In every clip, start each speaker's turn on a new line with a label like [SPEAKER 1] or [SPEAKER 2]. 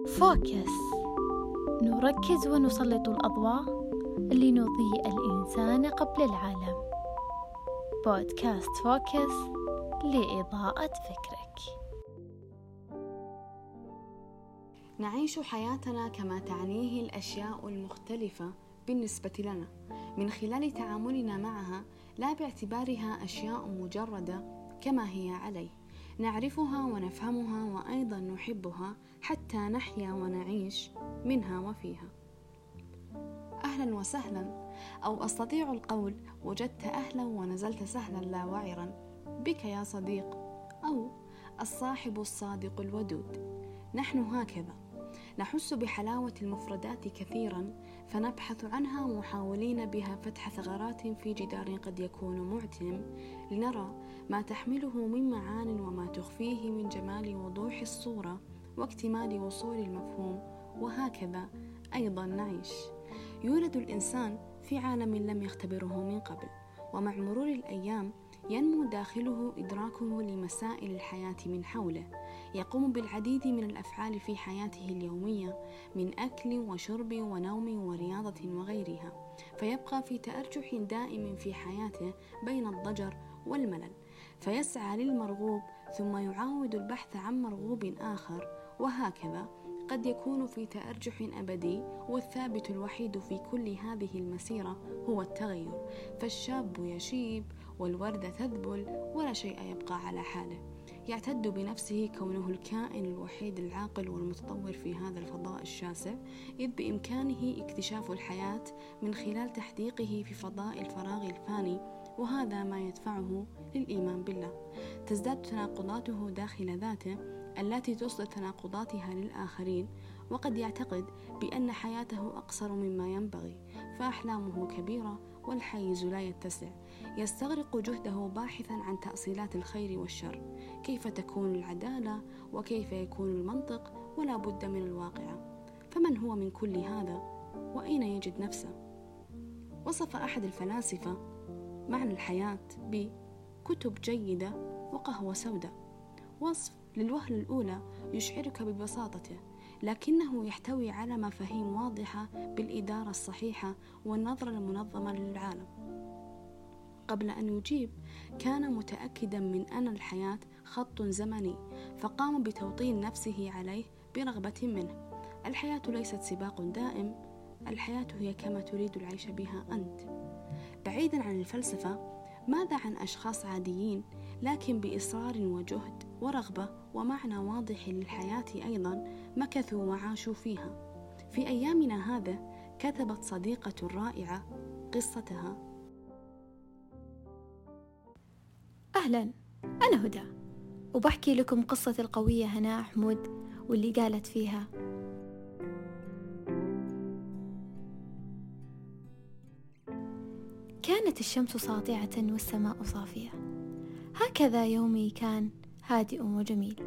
[SPEAKER 1] فوكس، نركز ونسلط الأضواء لنضيء الإنسان قبل العالم. بودكاست فوكس لإضاءة فكرك.
[SPEAKER 2] نعيش حياتنا كما تعنيه الأشياء المختلفة بالنسبة لنا من خلال تعاملنا معها، لا باعتبارها أشياء مجردة كما هي عليه. نعرفها ونفهمها وأيضا نحبها حتى نحيا ونعيش منها وفيها. أهلا وسهلا، أو أستطيع القول وجدت أهلا ونزلت سهلا لا وعرا بك يا صديق، أو الصاحب الصادق الودود. نحن هكذا نحس بحلاوة المفردات كثيرا، فنبحث عنها محاولين بها فتح ثغرات في جدار قد يكون معتم، لنرى ما تحمله من معان وما تخفيه من جمال وضوح الصورة واكتمال وصول المفهوم. وهكذا أيضا نعيش. يولد الإنسان في عالم لم يختبره من قبل، ومع مرور الأيام ينمو داخله إدراكه لمسائل الحياة من حوله. يقوم بالعديد من الأفعال في حياته اليومية، من أكل وشرب ونوم ورياضة وغيرها، فيبقى في تأرجح دائم في حياته بين الضجر والملل، فيسعى للمرغوب ثم يعاود البحث عن مرغوب آخر، وهكذا قد يكون في تأرجح أبدي. والثابت الوحيد في كل هذه المسيرة هو التغير، فالشاب يشيب والوردة تذبل ولا شيء يبقى على حاله. يعتد بنفسه كونه الكائن الوحيد العاقل والمتطور في هذا الفضاء الشاسع، إذ بإمكانه اكتشاف الحياة من خلال تحديقه في فضاء الفراغ الفاني، وهذا ما يدفعه للإيمان بالله. تزداد تناقضاته داخل ذاته التي تصدر تناقضاتها للآخرين، وقد يعتقد بأن حياته أقصر مما ينبغي، فأحلامه كبيرة والحيز لا يتسع. يستغرق جهده باحثا عن تأصيلات الخير والشر، كيف تكون العدالة وكيف يكون المنطق، ولا بد من الواقعة. فمن هو من كل هذا وأين يجد نفسه؟ وصف أحد الفلاسفة معنى الحياة بكتب جيدة وقهوة سوداء، وصف للوهلة الأولى يشعرك ببساطته، لكنه يحتوي على مفاهيم واضحة بالإدارة الصحيحة والنظرة المنظمة للعالم. قبل أن يجيب كان متأكدا من أن الحياة خط زمني، فقام بتوطين نفسه عليه برغبة منه. الحياة ليست سباق دائم، الحياة هي كما تريد العيش بها أنت. بعيدا عن الفلسفة، ماذا عن أشخاص عاديين لكن بإصرار وجهد ورغبة ومعنى واضح للحياة أيضا مكثوا وعاشوا فيها؟ في أيامنا هذا كتبت صديقة رائعة قصتها.
[SPEAKER 1] أهلا، أنا هدى، وبحكي لكم قصة القوية هناء حمود، واللي قالت فيها: كانت الشمس ساطعة والسماء صافية، هكذا يومي كان هادئ وجميل.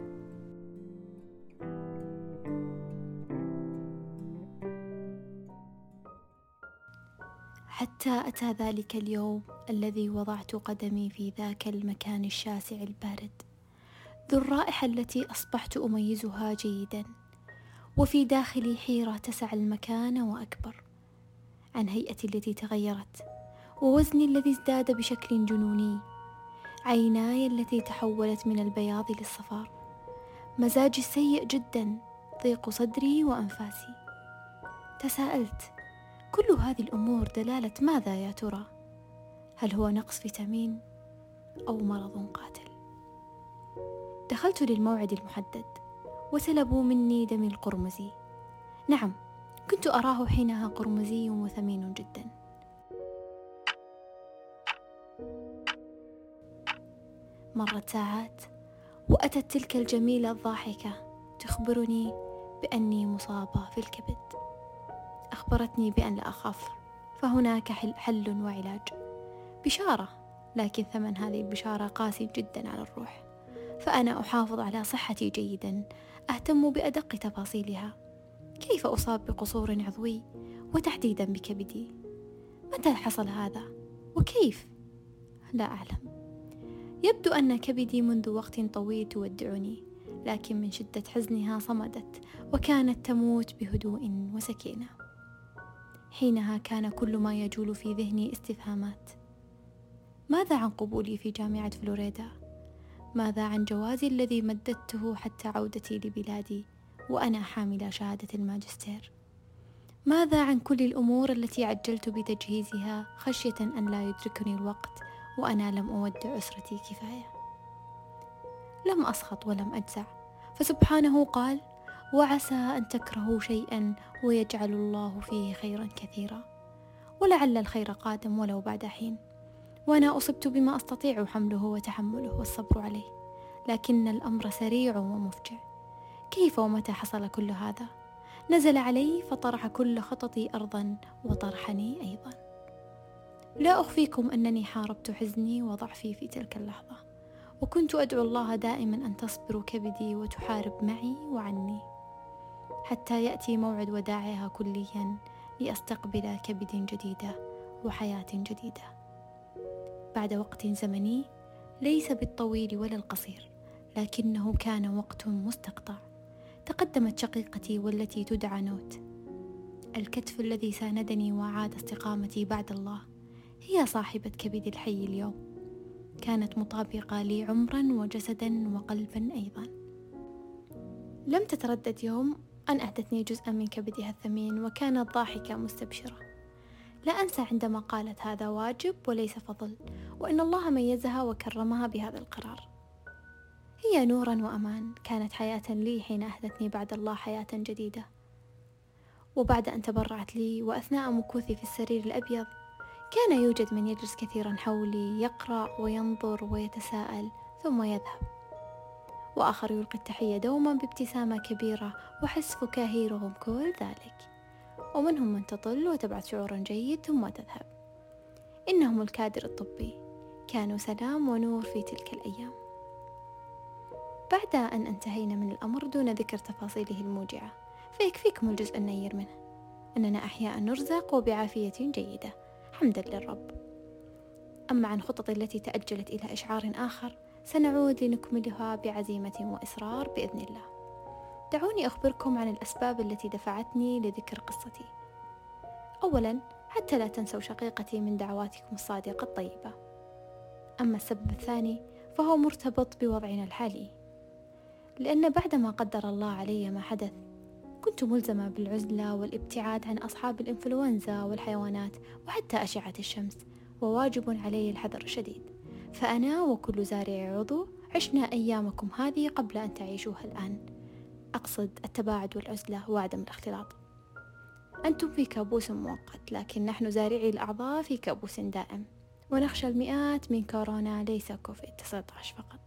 [SPEAKER 1] حتى أتى ذلك اليوم الذي وضعت قدمي في ذاك المكان الشاسع البارد، ذو الرائحة التي أصبحت أميزها جيدا، وفي داخلي حيرة تسع المكان وأكبر، عن هيئتي التي تغيرت، ووزني الذي ازداد بشكل جنوني، عيناي التي تحولت من البياض للصفار، مزاجي السيء جدا، ضيق صدري وأنفاسي. تساءلت: كل هذه الأمور دلالة ماذا يا ترى؟ هل هو نقص فيتامين أو مرض قاتل؟ دخلت للموعد المحدد وسلبوا مني دمي القرمزي. نعم، كنت أراه حينها قرمزي وثمين جدا. مرت ساعات وأتت تلك الجميلة الضاحكة تخبرني بأني مصابة في الكبد. أخبرتني بأن لا أخاف، فهناك حل وعلاج. بشارة، لكن ثمن هذه البشارة قاسي جدا على الروح، فأنا أحافظ على صحتي جيدا، أهتم بأدق تفاصيلها. كيف أصاب بقصور عضوي وتحديدا بكبدي؟ متى حصل هذا وكيف؟ لا أعلم. يبدو أن كبدي منذ وقت طويل تودعني، لكن من شدة حزنها صمدت وكانت تموت بهدوء وسكينة. حينها كان كل ما يجول في ذهني استفهامات: ماذا عن قبولي في جامعة فلوريدا؟ ماذا عن جوازي الذي مددته حتى عودتي لبلادي وأنا حاملة شهادة الماجستير؟ ماذا عن كل الأمور التي عجلت بتجهيزها خشية أن لا يدركني الوقت وأنا لم أودع أسرتي كفاية؟ لم أسخط ولم أجزع، فسبحانه قال: وعسى أن تكرهوا شيئا ويجعل الله فيه خيرا كثيرا، ولعل الخير قادم ولو بعد حين، وأنا أصبت بما أستطيع حمله وتحمله والصبر عليه، لكن الأمر سريع ومفجع. كيف ومتى حصل كل هذا؟ نزل علي فطرح كل خططي أرضا وطرحني أيضا. لا أخفيكم أنني حاربت حزني وضعفي في تلك اللحظة، وكنت أدعو الله دائما أن تصبر كبدي وتحارب معي وعني حتى يأتي موعد وداعها كليا لأستقبل كبد جديدة وحياة جديدة بعد وقت زمني ليس بالطويل ولا القصير، لكنه كان وقت مستقطع. تقدمت شقيقتي والتي تدعى نوت، الكتف الذي ساندني وعاد استقامتي بعد الله، هي صاحبة كبد الحي اليوم. كانت مطابقة لي عمرا وجسدا وقلبا أيضا. لم تتردد يوم أن أهدتني جزءا من كبدها الثمين، وكانت ضاحكة مستبشرة. لا أنسى عندما قالت: هذا واجب وليس فضل، وإن الله ميزها وكرمها بهذا القرار. هي نورا وأمان، كانت حياة لي حين أهدتني بعد الله حياة جديدة. وبعد أن تبرعت لي وأثناء مكوثي في السرير الأبيض، كان يوجد من يجلس كثيرا حولي يقرأ وينظر ويتساءل ثم يذهب، وآخر يلقي التحية دوما بابتسامة كبيرة وحس فكاهيرهم كل ذلك، ومنهم من تطل وتبعث شعورا جيد ثم تذهب. إنهم الكادر الطبي، كانوا سلام ونور في تلك الأيام. بعد أن انتهينا من الأمر دون ذكر تفاصيله الموجعة، فيكفيكم الجزء النير منه، أننا أحياء نرزق وبعافية جيدة حمدا للرب. أما عن خططي التي تأجلت إلى إشعار آخر، سنعود لنكملها بعزيمة وإصرار بإذن الله. دعوني أخبركم عن الأسباب التي دفعتني لذكر قصتي. أولا، حتى لا تنسوا شقيقتي من دعواتكم الصادقة الطيبة. أما السبب الثاني فهو مرتبط بوضعنا الحالي، لأن بعدما قدر الله علي ما حدث، كنت ملزمة بالعزلة والابتعاد عن أصحاب الإنفلونزا والحيوانات وحتى أشعة الشمس، وواجب علي الحذر الشديد. فأنا وكل زارع عضو عشنا أيامكم هذه قبل أن تعيشوها الآن، أقصد التباعد والعزلة وعدم الاختلاط. أنتم في كابوس مؤقت، لكن نحن زارعي الأعضاء في كابوس دائم، ونخشى المئات من كورونا ليس كوفيد 19 فقط.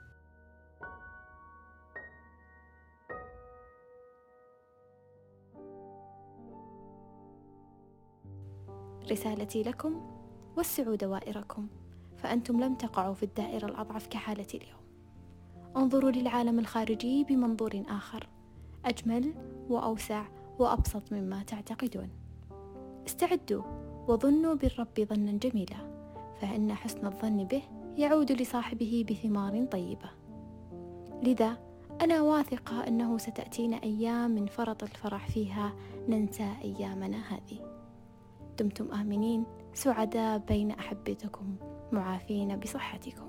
[SPEAKER 1] رسالتي لكم: وسعوا دوائركم، فأنتم لم تقعوا في الدائرة الأضعف كحالتي اليوم. انظروا للعالم الخارجي بمنظور آخر، أجمل وأوسع وأبسط مما تعتقدون. استعدوا وظنوا بالرب ظنا جميلا، فإن حسن الظن به يعود لصاحبه بثمار طيبة. لذا أنا واثقة أنه ستأتينا أيام من فرط الفرح فيها ننسى أيامنا هذه. دمتم آمنين سعداء بين أحبتكم معافين بصحتكم.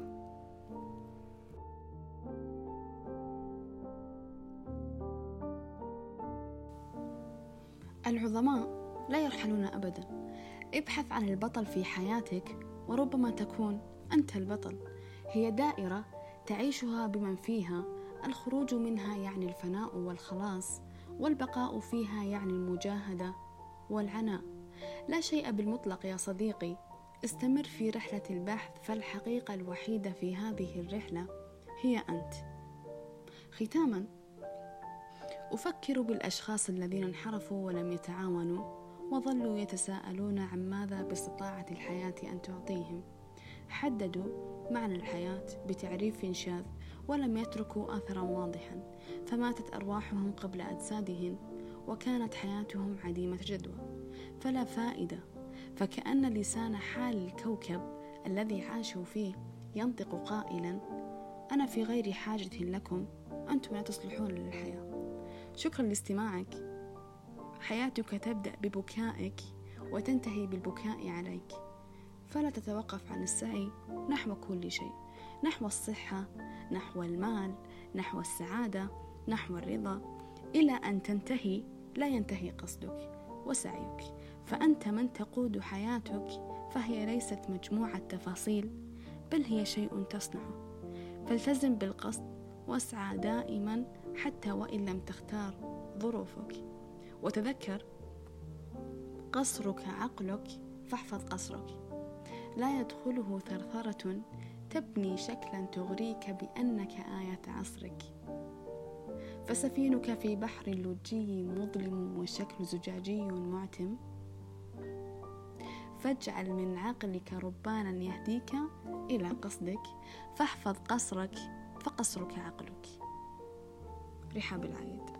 [SPEAKER 2] العظماء لا يرحلون أبدا. ابحث عن البطل في حياتك وربما تكون أنت البطل. هي دائرة تعيشها بمن فيها، الخروج منها يعني الفناء والخلاص، والبقاء فيها يعني المجاهدة والعناء. لا شيء بالمطلق يا صديقي، استمر في رحلة البحث، فالحقيقة الوحيدة في هذه الرحلة هي أنت. ختاما، أفكر بالأشخاص الذين انحرفوا ولم يتعاونوا وظلوا يتساءلون عن ماذا باستطاعت الحياة أن تعطيهم. حددوا معنى الحياة بتعريف شاذ ولم يتركوا أثرا واضحا، فماتت أرواحهم قبل أجسادهم وكانت حياتهم عديمة جدوى. فلا فائدة، فكأن لسان حال الكوكب الذي عاشوا فيه ينطق قائلا: أنا في غير حاجة لكم أنتم لا تصلحون للحياة. شكرا لاستماعك. حياتك تبدأ ببكائك وتنتهي بالبكاء عليك، فلا تتوقف عن السعي نحو كل شيء، نحو الصحة، نحو المال، نحو السعادة، نحو الرضا، إلى أن تنتهي لا ينتهي قصدك وسعيك. فأنت من تقود حياتك، فهي ليست مجموعة تفاصيل، بل هي شيء تصنعه. فالتزم بالقصد واسعى دائما حتى وإن لم تختار ظروفك. وتذكر قصرك عقلك فاحفظ قصرك، لا يدخله ثرثرة تبني شكلا تغريك بأنك آية عصرك. فسفينك في بحر لجي مظلم والشكل زجاجي معتم، فاجعل من عقلك ربانا يهديك إلى قصدك، فاحفظ قصرك فقصرك عقلك. رحاب العيد.